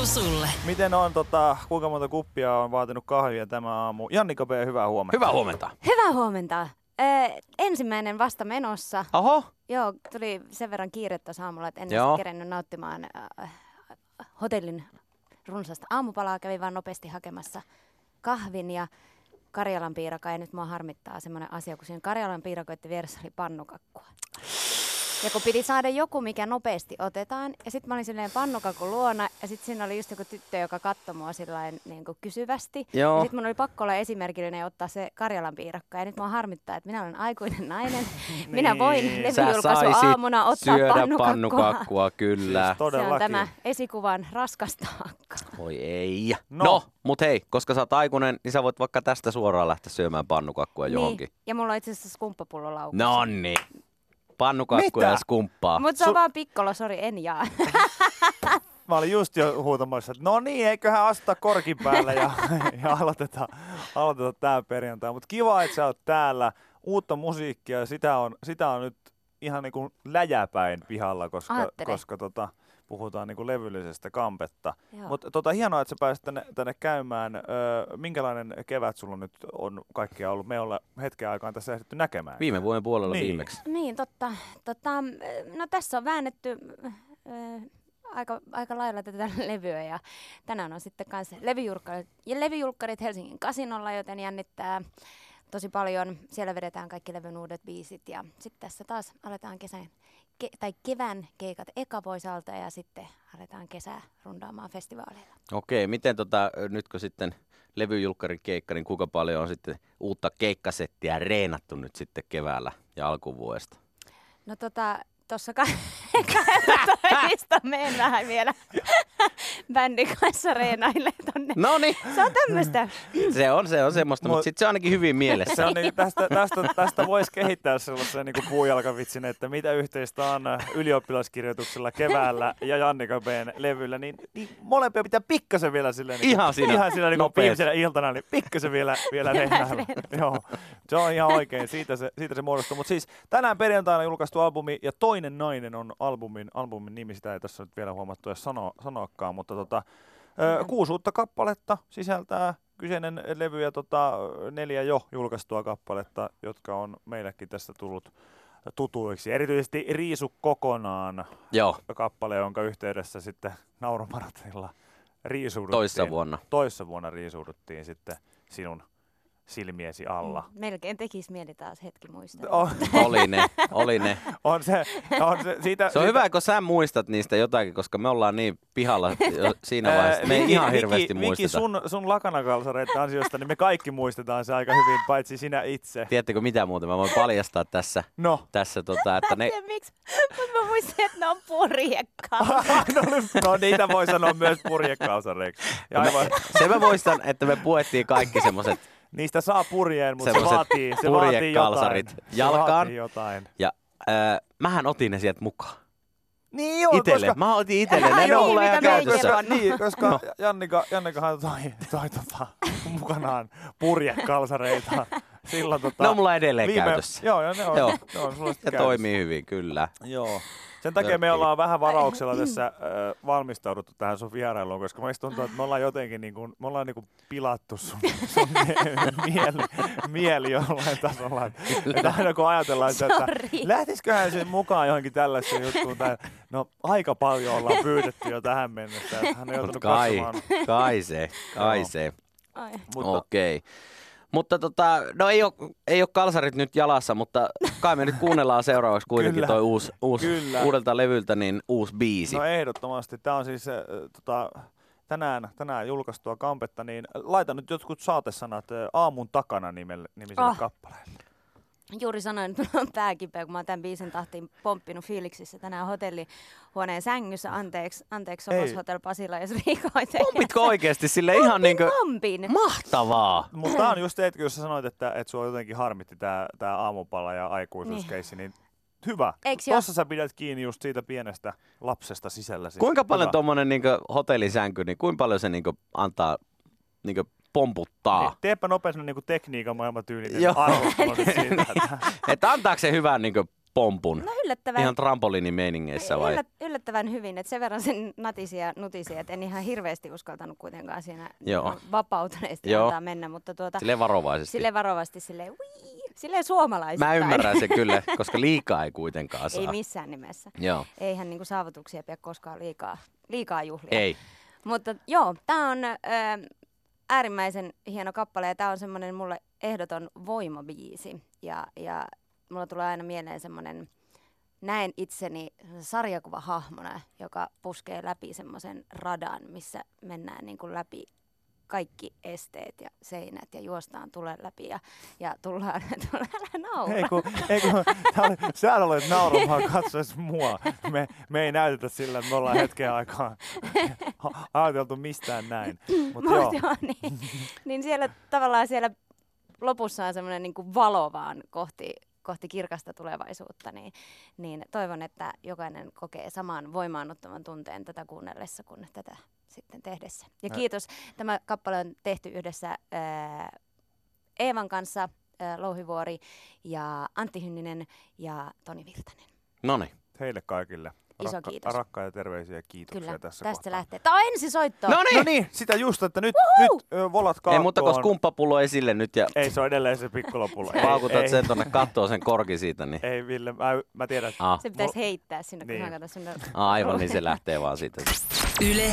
sulle. Miten on, kuinka monta kuppia on vaatinut kahvia tämä aamu? Jannika B, hyvää huomenta. Hyvää huomenta. Hyvää huomenta. Ensimmäinen vasta menossa. Oho. Joo, tuli sen verran kiirettä aamulla, että en edes kerennyt nauttimaan hotellin runsasta aamupalaa. Kävin vaan nopeasti hakemassa kahvin ja Karjalan piirakaa. Ja nyt mua harmittaa semmoinen asia, kun siinä Karjalan piirakoiden vieressä oli pannukakkua. Ja kun piti saada joku, mikä nopeasti otetaan, ja sitten mä olin silleen pannukakun luona, ja sitten siinä oli just joku tyttö, joka katsoi mua sillain niin kuin kysyvästi. Joo. Ja sitten mun oli pakko olla esimerkillinen ja ottaa se Karjalan piirakka. Ja nyt mua harmittaa, että minä olen aikuinen nainen. Minä voin levyjulkaisuaamuna ottaa pannukakua, kyllä. Siis se on tämä esikuvan raskas taakka. Oi ei. No, mut hei, koska sä oot aikuinen, niin sä voit vaikka tästä suoraan lähteä syömään pannukakkua johonkin. Niin, ja mulla on itse asiassa skumppapullo laukussa. Nonni. Pannukakkuja ja skumppaa. Mutta se on vaan pikkolo, sori, en jaa. Mä olin just jo huutamassa, että no niin, eiköhän astuta korkin päälle ja aloitetaan tää perjantai. Mutta kiva, että sä oot täällä. Uutta musiikkia, sitä on nyt ihan niinku läjäpäin pihalla, koska puhutaan niinku levyllisestä kampetta. Mutta hienoa, että sä pääsit tänne käymään. Minkälainen kevät sulla nyt on kaikkia ollut? Me ei olla hetken aikaan tässä ehditty näkemään. Viime vuoden puolella viimeksi. Niin, totta. No tässä on väännetty aika lailla tätä levyä ja tänään on sitten kanssa levyjulkkarit Helsingin Kasinolla, joten jännittää tosi paljon. Siellä vedetään kaikki levyn uudet biisit ja sitten tässä taas aletaan kevään keikat Ekapoisalta ja sitten aletaan kesää rundaamaan festivaaleilla. Okei, miten nyt kun sitten levyjulkkarin keikka, niin kuinka paljon on sitten uutta keikkasettiä reenattu nyt sitten keväällä ja alkuvuodesta? No tuossa 12 menen vähän vielä bändin kanssa reenaille tonne. Noniin. Se on tämmöistä. Se on semmoista, mutta sitten se on ainakin hyvin mielessä. Se on niin, tästä voisi kehittää sellaisen niin puujalkavitsin, että mitä yhteistä on ylioppilaskirjoituksella keväällä ja Jannika B:n levyllä, niin molempia pitää pikkasen vielä silleen. Ihan siinä niin viimeisenä iltana, niin pikkasen vielä reenailla. Joo, se on ihan oikein, siitä se muodostuu. Mutta siis tänään perjantaina julkaistu albumi ja Toinen nainen on albumin nimi, sitä ei tässä nyt vielä huomattu edes sanoakaan, mutta 6 uutta kappaletta sisältää kyseinen levy ja 4 jo julkaistua kappaletta, jotka on meillekin tässä tullut tutuiksi. Erityisesti Riisu kokonaan kappale, jonka yhteydessä sitten Naurumaratonilla riisuuduttiin. Toissa vuonna riisuuduttiin sitten sinun silmiesi alla. Melkein tekisi mieli taas hetki muistaa. Oli ne. Se on hyvä, kun sä muistat niistä jotakin, koska me ollaan niin pihalla siinä vaiheessa. Me ei ihan hirveästi muisteta. Sun lakanakalsareiden ansiosta, niin me kaikki muistetaan se aika hyvin, paitsi sinä itse. Tiedättekö mitä muuta? Mä voin paljastaa tässä. Että ne... Miksi? Mutta mä muistin, että ne on purjekalsareiksi. No niitä voi sanoa myös purjekalsareiksi. Se mä muistan, että me puettiin kaikki semmoset. Niistä saa purjeen, mutta se vaatii jotain. Ja mähän otin ne sieltä mukaan. Niin joo, itelle. Mä otin itelle. Ne on mulla ihan käytössä. Niin, koska Jannikahan toi mukanaan purjekalsareita. Silloin ne on mulla edelleen käytössä. Joo, ja ne on sulla sitten käytössä. Ja toimii hyvin, kyllä. Joo. Sen takia me ollaan vähän varauksella tässä valmistauduttu tähän sun vierailuun, koska meistä tuntuu, että me ollaan jotenkin me ollaan pilattu sun mieli jollain tasolla. Että aina kun ajatellaan, että lähtisiköhän sen mukaan johonkin tällaiseen juttuun, no aika paljon ollaan pyydetty jo tähän mennessä. Hän on joutunut katsomaan. Kai se. Okei. Mutta no ei ole kalsarit nyt jalassa, mutta kai me nyt kuunnellaan seuraavaksi kuitenkin toi uudelta levyltä niin uusi biisi. No ehdottomasti. Tämä on siis tänään julkaistua kampetta, niin laita nyt jotkut saatesanat Aamun takana nimiselle kappaleelle. Juuri sanoin, että minulla on pää kipeä, kun mä oon tämän biisin tahtiin pomppinut fiiliksissä tänään hotellihuoneen sängyssä. Anteeksi Sopos Hotel Pasila, jos viikoiteen. Pompitko oikeasti sille ihan niinkö mahtavaa? Mutta tää on just hetki, jos sä sanoit, että sua jotenkin harmitti tää aamupala ja aikuisuuskeissi, niin hyvä. Tossa sä pidät kiinni just siitä pienestä lapsesta sisälläsi. Kuinka paljon tommonen niinkö hotellisänky, niin kuinka paljon se niinkö antaa niinkö pomputtaa? Teepä nopeasti niinku tekniikan maailman tyylinen arvostelu siitä. Että antaako se hyvän niinkö pompun? No yllättävän. Ihan trampoliinimeiningeissä vai? Yllättävän hyvin, että sen verran sen natisi ja nutisi, että en ihan hirveästi uskaltanut kuitenkaan siinä vapautuneesti antaa mennä. Mutta silleen varovaisesti. Silleen suomalaisittain. Mä ymmärrän se kyllä, koska liikaa ei kuitenkaan saa. Ei missään nimessä. Joo. Eihän niinku saavutuksia pidä koskaan liikaa juhlia. Ei. Mutta joo, tää on äärimmäisen hieno kappale ja tää on semmoinen mulle ehdoton voimabiisi. Ja mulla tulee aina mieleen semmoinen, näen itseni sarjakuvahahmona, joka puskee läpi semmoisen radan, missä mennään niinku läpi kaikki esteet ja seinät ja juostaan tulen läpi ja tullaan naura. Ei kun sä olet nauramaan katsoessa mua. Me ei näytetä sillä, että me ollaan hetken aikaa ajateltu mistään näin. Mut joo. Niin siellä tavallaan siellä lopussa on semmoinen niinku valo vaan kohti kirkasta tulevaisuutta, niin toivon, että jokainen kokee saman voimaannuttavan tunteen tätä kuunnellessa kuin tätä sitten tehdessä. Ja kiitos. Tämä kappale on tehty yhdessä Eevan kanssa, Louhivuori ja Antti Hynninen ja Toni Virtanen. Noniin. Heille kaikille. Iso kiitos. Rakkaita terveisiä ja kiitoksia kyllä, tässä tästä kohtaa. lähtee. Tämä on ensisoitto. No niin, sitä just, että nyt volat kaattoon. Ei muuta kuin skumppapullo esille nyt. Ja ei, se on edelleen se pikkulopullo. Paukutat sen tonne kattoon sen korki siitä. Niin. Ei Ville, mä tiedän. Se pitäisi heittää sinne, kun mä katson sinne. Aivan, niin se lähtee vaan siitä. Yle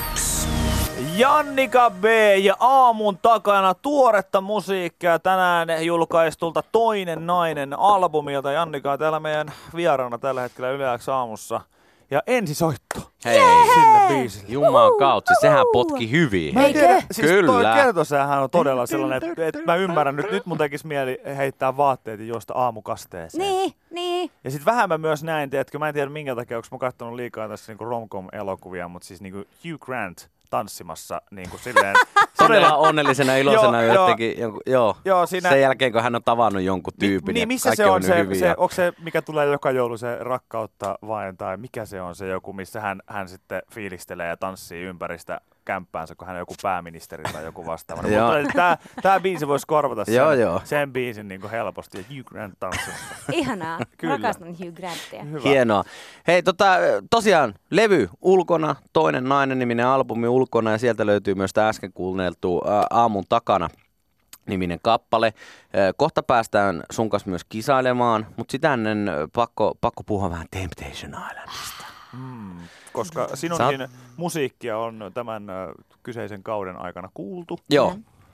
Jannika B ja Aamun takana tuoretta musiikkia tänään julkaistulta Toinen nainen -albumilta. Jannika on täällä meidän vieraana tällä hetkellä Yle X aamussa. Ja ensisoitto. Hei, sille biisille. Jumalan kautta, sehän potki hyvin. Mä en tiedä, siis kyllä. Toi kertosähän on todella sellainen, että mä ymmärrän nyt mun tekisi mieli heittää vaatteet ja juosta aamukasteeseen. Niin. Ja sit vähän mä myös näin, tiedätkö, mä en tiedä minkä takia, onko mä kattonut liikaa tässä niinku rom-com-elokuvia, mutta siis niinku Hugh Grant tanssimassa niinku silleen. Todella onnellisena iloisena jotenkin. Siinä, sen jälkeen, kun hän on tavannut jonkun tyypin. Niin, missä se on onko se, mikä tulee joka joulu, se rakkautta vain, tai mikä se on se joku, missä hän sitten fiilistelee ja tanssii ympäristä kämppäänsä, kun hän on joku pääministeri tai joku vastaava. Mutta tää biisi voisi korvata sen biisin niin kuin helposti, ja Hugh Grant tanssissa. Ihanaa, rakastan Hugh Grantia. Hyvä. Hienoa. Hei, tosiaan levy ulkona, Toinen nainen -niminen albumi ulkona, ja sieltä löytyy myös tämä äsken kuunneltu Aamun takana -niminen kappale. Kohta päästään sun kanssa myös kisailemaan, mutta sitä ennen pakko puhua vähän Temptation Islandista. Koska sinunkin musiikkia on tämän kyseisen kauden aikana kuultu. Joo.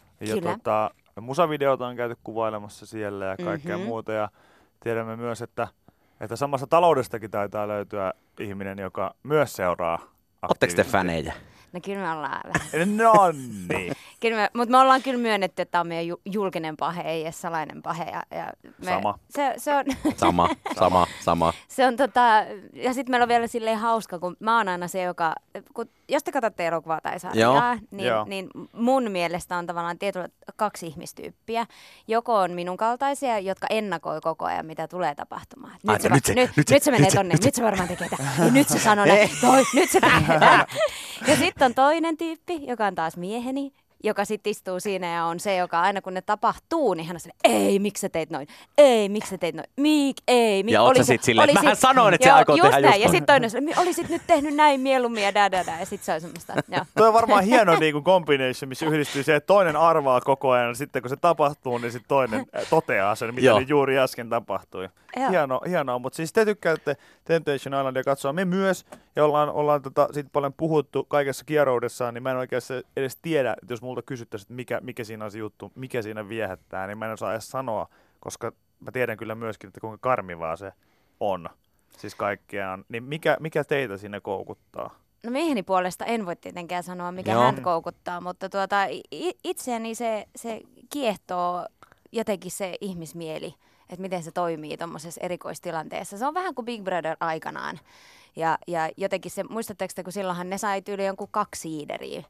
Ja musavideota on käyty kuvailemassa siellä ja kaikkea muuta. Ja tiedämme myös, että samasta taloudestakin taitaa löytyä ihminen, joka myös seuraa aktiivisesti. Oletteko te fänejä? No kyllä me ollaan vähän. No niin. Mutta me ollaan kyllä myönnetty, että tämä on meidän julkinen pahe, ei edes salainen pahe. Sama. Se on Sama. Se on ja sitten meillä on vielä silleen hauska, kun mä oon aina se, joka, jos te katsotte elokuvaa tai sarjaa, niin mun mielestä on tavallaan tietyllä kaksi ihmistyyppiä. Joko on minun kaltaisia, jotka ennakoi koko ajan, mitä tulee tapahtumaan. Nyt se menee tonne, nyt se varmaan tekee tämän, ja nyt se sanoo näin, nyt se tekee tämän. Ja sitten on toinen tyyppi, joka on taas mieheni, joka sitten istuu siinä ja on se, joka aina kun ne tapahtuu, niin hän on silleen, ei, miksi sä teit noin? Ei, miksi sä teit noin? Ja oot sä sit silleen, mähän sanoin, että se aikoo tehdä just ja sitten toinen silleen, olisit nyt tehnyt näin mieluummin ja ja sitten se on semmoista. Toi on varmaan hieno niinku combination, missä yhdistyy se, että toinen arvaa koko ajan, ja sitten kun se tapahtuu, niin sitten toinen toteaa sen, mitä juuri äsken tapahtui. Hienoa, mutta siis te tykkäätte Temptation Islandia katsoa, me myös, ja ollaan siitä paljon puhuttu kaikessa kieroudessaan, niin mä en oikeastaan edes tiedä, että jos multa kysyttäisiin, että mikä siinä on se juttu, mikä siinä viehättää, niin mä en osaa edes sanoa, koska mä tiedän kyllä myöskin, että kuinka karmivaa se on, siis kaikkiaan. Niin mikä teitä siinä koukuttaa? No mieheni puolesta en voi tietenkään sanoa, mikä hän koukuttaa, mutta itseäni se kiehtoo jotenkin se ihmismieli, että miten se toimii tuommoisessa erikoistilanteessa. Se on vähän kuin Big Brother aikanaan. Ja jotenkin se, muistatteko te, kun silloinhan ne sai tyyli jonkun 2 siideriä?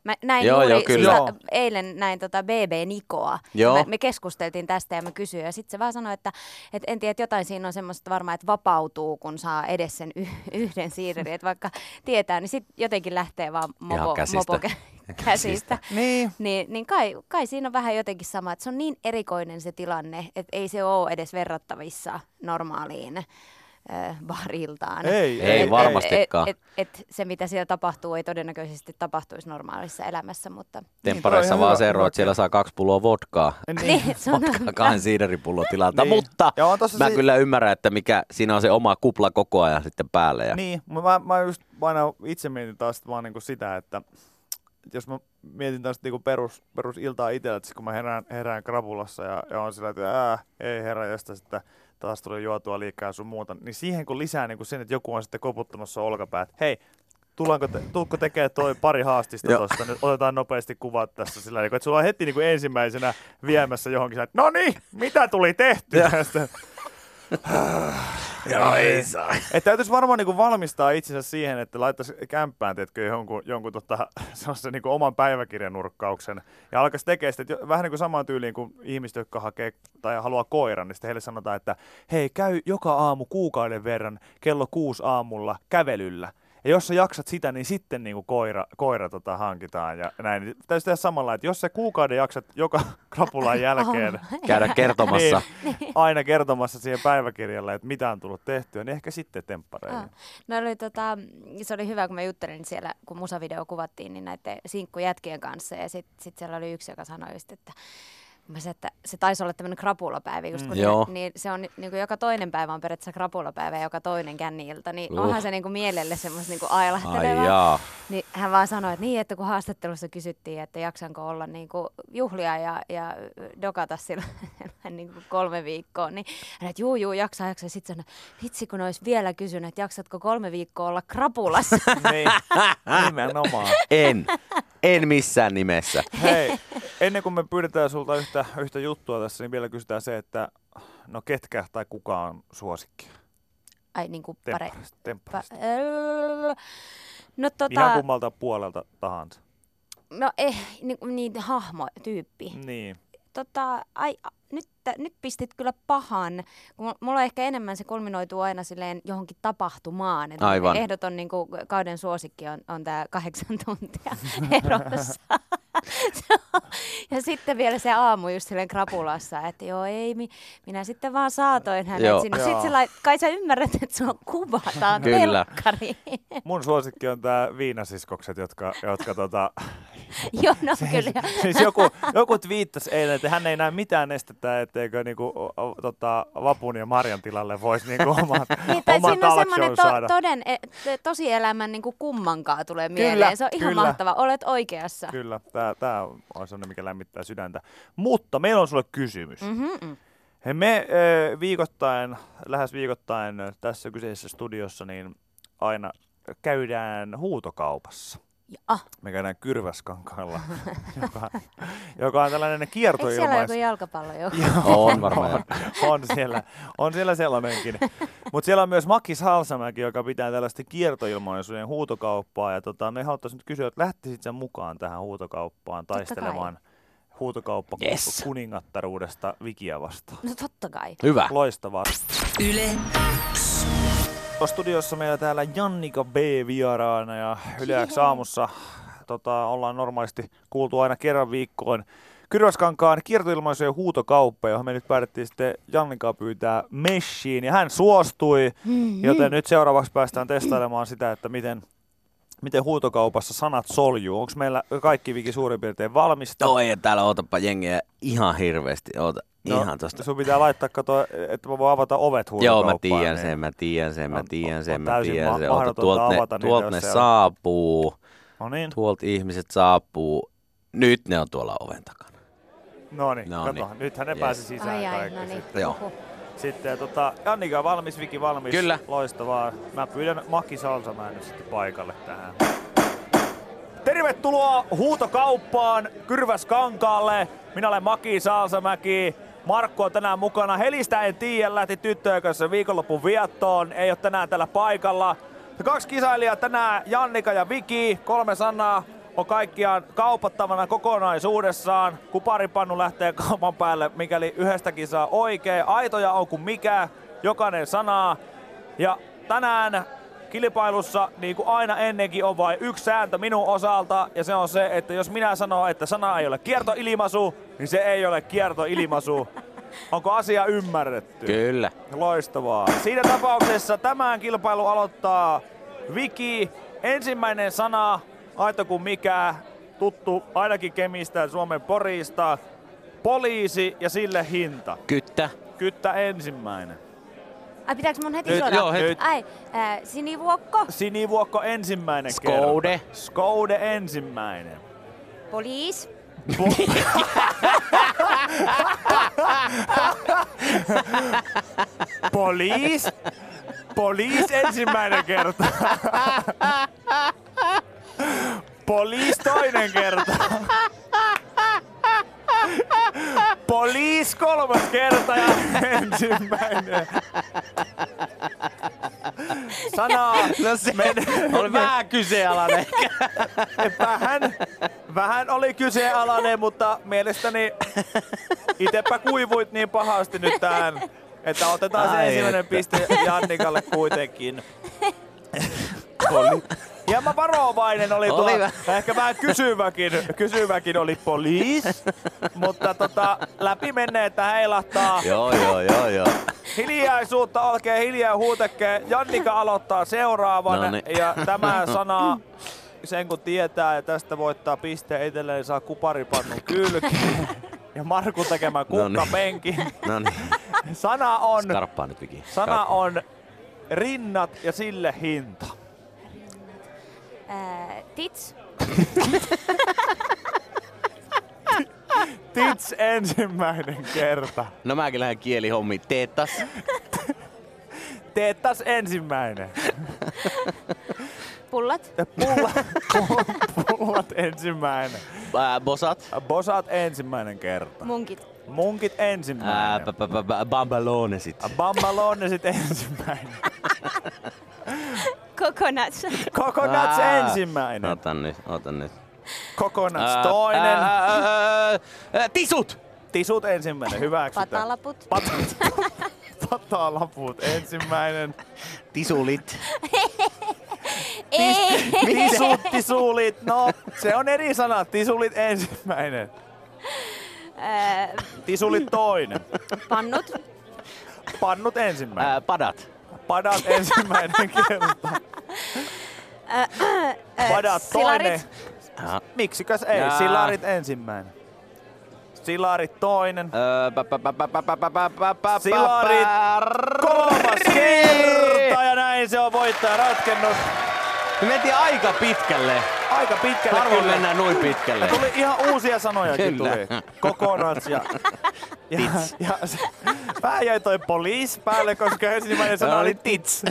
Mä näin eilen näin BB Nikoa. Me keskusteltiin tästä ja mä kysyin ja sitten se vaan sanoi, että en tiedä, että jotain siinä on semmoista varmaan, että vapautuu, kun saa edes sen yhden siiderin. Että vaikka tietää, niin sitten jotenkin lähtee vaan mopo käsistä. Niin kai siinä on vähän jotenkin sama, että se on niin erikoinen se tilanne, että ei se ole edes verrattavissa normaaliin bar-iltaan. Ei varmastikaan. Se, mitä siellä tapahtuu, ei todennäköisesti tapahtuisi normaalissa elämässä, mutta... Temppareissa vaan se ero, että siellä saa 2 pulloa vodkaa. Vodkaa 2 siideripullon tilalta. Niin. Mutta mä kyllä ymmärrän, että mikä siinä on se oma kupla koko ajan sitten päälle. Ja... Niin, mä just aina itse mietin taas vaan niinku sitä, että jos mä mietin taas niinku perusiltaa itsellä, että kun mä herään krapulassa ja on sillä, että ei herra, josta sitten taas tulee juotua liikaa ja sun muuta, niin siihen kun lisää niin sen, että joku on sitten koputtamassa olkapäät, hei, tuutko tekemään toi pari haastista tuosta, nyt otetaan nopeasti kuvat tässä sillä, että sulla on heti niin kuin ensimmäisenä viemässä johonkin, että no niin, mitä tuli tehtyä? Joo, ei saa. Että täytyisi varmaan niinku valmistaa itsensä siihen, että laittaisi kämppään teetkö jonkun sellaisen niinku oman päiväkirjanurkkauksen ja alkaisi tekemään sitä, vähän niin kuin samaan tyyliin kuin ihmiset, jotka hakee tai haluaa koiran, niin sitten heille sanotaan, että hei, käy joka aamu kuukauden verran kello 6 aamulla kävelyllä. Ja jos sä jaksat sitä, niin sitten niinku koira hankitaan ja näin. Täytyy tehdä samalla, että jos sä kuukauden jaksat joka krapulan jälkeen käydä kertomassa, niin, aina kertomassa siihen päiväkirjalle, että mitä on tullut tehtyä, niin ehkä sitten temppareihin. No se oli hyvä, kun mä juttelin siellä, kun musavideo kuvattiin, niin näiden sinkkujätkien kanssa. Ja sit siellä oli yksi, joka sanoi just, että se taisi olla tämmöinen krapulapäivä, just kun niin se on niin kuin joka toinen päivä on periaatteessa krapulapäivä ja joka toinen känni-ilta, niin onhan se niin kuin mielelle semmoista niin kuin ailahtelevaa. Niin hän vaan sanoi, että kun haastattelussa kysyttiin, että jaksanko olla niin kuin juhlia ja dokata sillä niin kuin 3 viikkoa, niin hän että juu, jaksaa. Sitten sanoi, vitsi kun olisi vielä kysynyt, että jaksatko 3 viikkoa olla krapulassa. Niin, nimenomaan. En missään nimessä. Hei, ennen kuin me pyydetään sulta yhtä juttua tässä, niin vielä kysytään se, että no ketkä tai kuka on suosikki? Ai niin kuin Tempparista. No ihan kummalta puolelta tahansa. No niin hahmotyyppi. Niin. Nyt pistit kyllä pahan, kun mulla ehkä enemmän se kulminoituu aina silleen johonkin tapahtumaan. Aivan. Ehdoton niin kuin kauden suosikki on tämä 8 tuntia erossa. Ja sitten vielä se aamu just silleen krapulassa, että joo ei, minä sitten vaan saatoin hänet sinne. Sitten kai sä ymmärrät, että se on kuva, tää on telkkari. Mun suosikki on tää viinasiskokset, jotka joo, no kyllä. Siis joku twiittasi eilen, että hän ei näe mitään estettä, etteikö niinku, Vapun ja Marjan tilalle voisi niinku oman talk show saada. Tosielämän niinku kummankaan tulee mieleen. Se on ihan mahtava. Olet oikeassa. Kyllä, tää on sellainen, mikä lämmittää sydäntä. Mutta meillä on sulle kysymys. Me lähes viikoittain tässä kyseisessä studiossa niin aina käydään huutokaupassa. Me käydään Kyrväskankaalla, joka on tällainen kiertoilmais. Eikö siellä joku jalkapallo jo? On varmaan. On siellä sellainenkin. Mutta siellä on myös Maki Salsamäki, joka pitää tällaista kiertoilmaisujen huutokauppaa. Ja me haluttaisiin nyt kysyä, että lähtisit sen mukaan tähän huutokauppaan taistelemaan huutokauppa-kuningattaruudesta Vikiä vastaan. No totta kai. Hyvä. Loistavaa. Yle X. Studiossa meillä täällä Jannika B vieraana ja Yle X aamussa ollaan normaalisti kuultu aina kerran viikkoon Kyrväskankaan kiertoilmaisujen huutokauppa, johon me nyt päätettiin sitten Jannikaa pyytää meshiin ja hän suostui, joten nyt seuraavaksi päästään testailemaan sitä, että miten huutokaupassa sanat soljuu. Onko meillä kaikki Viki suurin piirtein valmista? Ei, täällä ootapa jengiä ihan hirveästi. Ihan tosta. Sun pitää laittaa, että mä voin avata ovet huutokauppaan. Joo, mä tiedän sen. Tuolta ne saapuu. No niin. Tuolta ihmiset saapuu. Nyt ne on tuolla oven takana. Noniin, kato. Nythän ne pääsi sisään kaikki. Sitten. Joo. Sitten Jannika valmis, Viki valmis. Kyllä. Loistavaa. Mä pyydän Maki Salsamäen nyt sitten paikalle tähän. Tervetuloa huutokauppaan Kyrväskankaalle. Minä olen Maki Salsamäki. Markku on tänään mukana. Helistä en tiedä, lähti tyttöjen kanssa viikonlopun viettoon. Ei ole tänään täällä paikalla. 2 kisailijaa tänään, Jannika ja Viki. 3 sanaa. on kaikkiaan kaupattavana kokonaisuudessaan. Kuparipannu lähtee kaupan päälle, mikäli yhdestäkin saa oikein. Aitoja on kuin mikä, jokainen sanaa. Ja tänään kilpailussa, niin kuin aina ennenkin, on vain yksi sääntö minun osalta. Ja se on se, että jos minä sanon, että sana ei ole kiertoilmaisu, niin se ei ole kiertoilmaisu. Onko asia ymmärretty? Kyllä. Loistavaa. Siinä tapauksessa tämän kilpailu aloittaa Viki. Ensimmäinen sana, aito kuin mikä, tuttu ainakin Kemistä ja Suomen Porista. Poliisi ja sille hinta. Kyttä. Kyttä ensimmäinen. Ai pitääkö mun heti suoraan? Joo, heti. Ai, sinivuokko. Sinivuokko ensimmäinen Skoude. kerta. Skoude ensimmäinen. Poliis. Poliis. Poliis ensimmäinen kerta. Poliis toinen kerta. Poliis kolmas kerta ja ensimmäinen. Sana No se oli vähän kyseenalainen. Vähän oli kyseenalainen, mutta mielestäni itepä kuivuit niin pahasti nyt tähän, että otetaan se ensimmäinen piste Jannikalle kuitenkin. Hieman varovainen oli tuo, ehkä vähän kysyväkin oli poliis, mutta läpi menneettä heilahtaa. Joo. Hiljaisuutta, olkee hiljaa huutekee. Jannika aloittaa seuraavan ja tämä sana, sen kun tietää ja tästä voittaa pisteen itselleen, saa kuparipannun kylkeen. Ja Markun tekemään kukkapenkin. Sana on, Skarppaa nyt, Viki. sana on rinnat ja sille hinta. Tits. Tits ensimmäinen kerta. No mäkin lähden kielihommiin. Teettas. Teettas ensimmäinen. Pullat. Pullat ensimmäinen. Bosat. Bosat ensimmäinen kerta. Munkit. Munkit ensimmäinen. Bambalonesit. Bambalonesit ensimmäinen. Coconuts. Coconuts ensimmäinen. Otan nyt. Coconuts toinen. Tisut. Tisut ensimmäinen. Hyväksytään. Patalaput. Patalaput ensimmäinen. Tisulit. Tisulit. No, se on eri sana. Tisulit ensimmäinen. Tisulit toinen. Pannut. Pannut ensimmäinen. Padat. Padat ensimmäinen kerta. Padat toinen. Miksikäs ei? Silarit ensimmäinen. Silarit toinen. Silarit kolmas kerta ja näin se on voittaja ratkennut. Me mentiin aika pitkälle. Aika pitkälle. Harvoin mennään noin pitkälle. Ja tuli ihan uusia sanojakin. Kyllä. Tuli. Coconuts ja vähän jäi toi poliis päälle, koska ensimmäinen sana oli tits.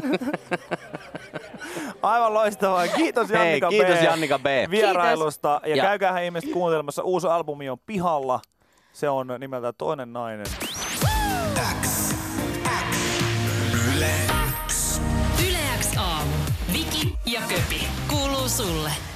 Aivan loistavaa. Kiitos Jannika B. Kiitos Jannika B. Vierailusta. Kiitos. Ja käykäähän ihmiset kuuntelemassa. Uusi albumi on pihalla. Se on nimeltään Toinen nainen. Yle X aamu. Viki ja Köpi. Kuuluu sulle.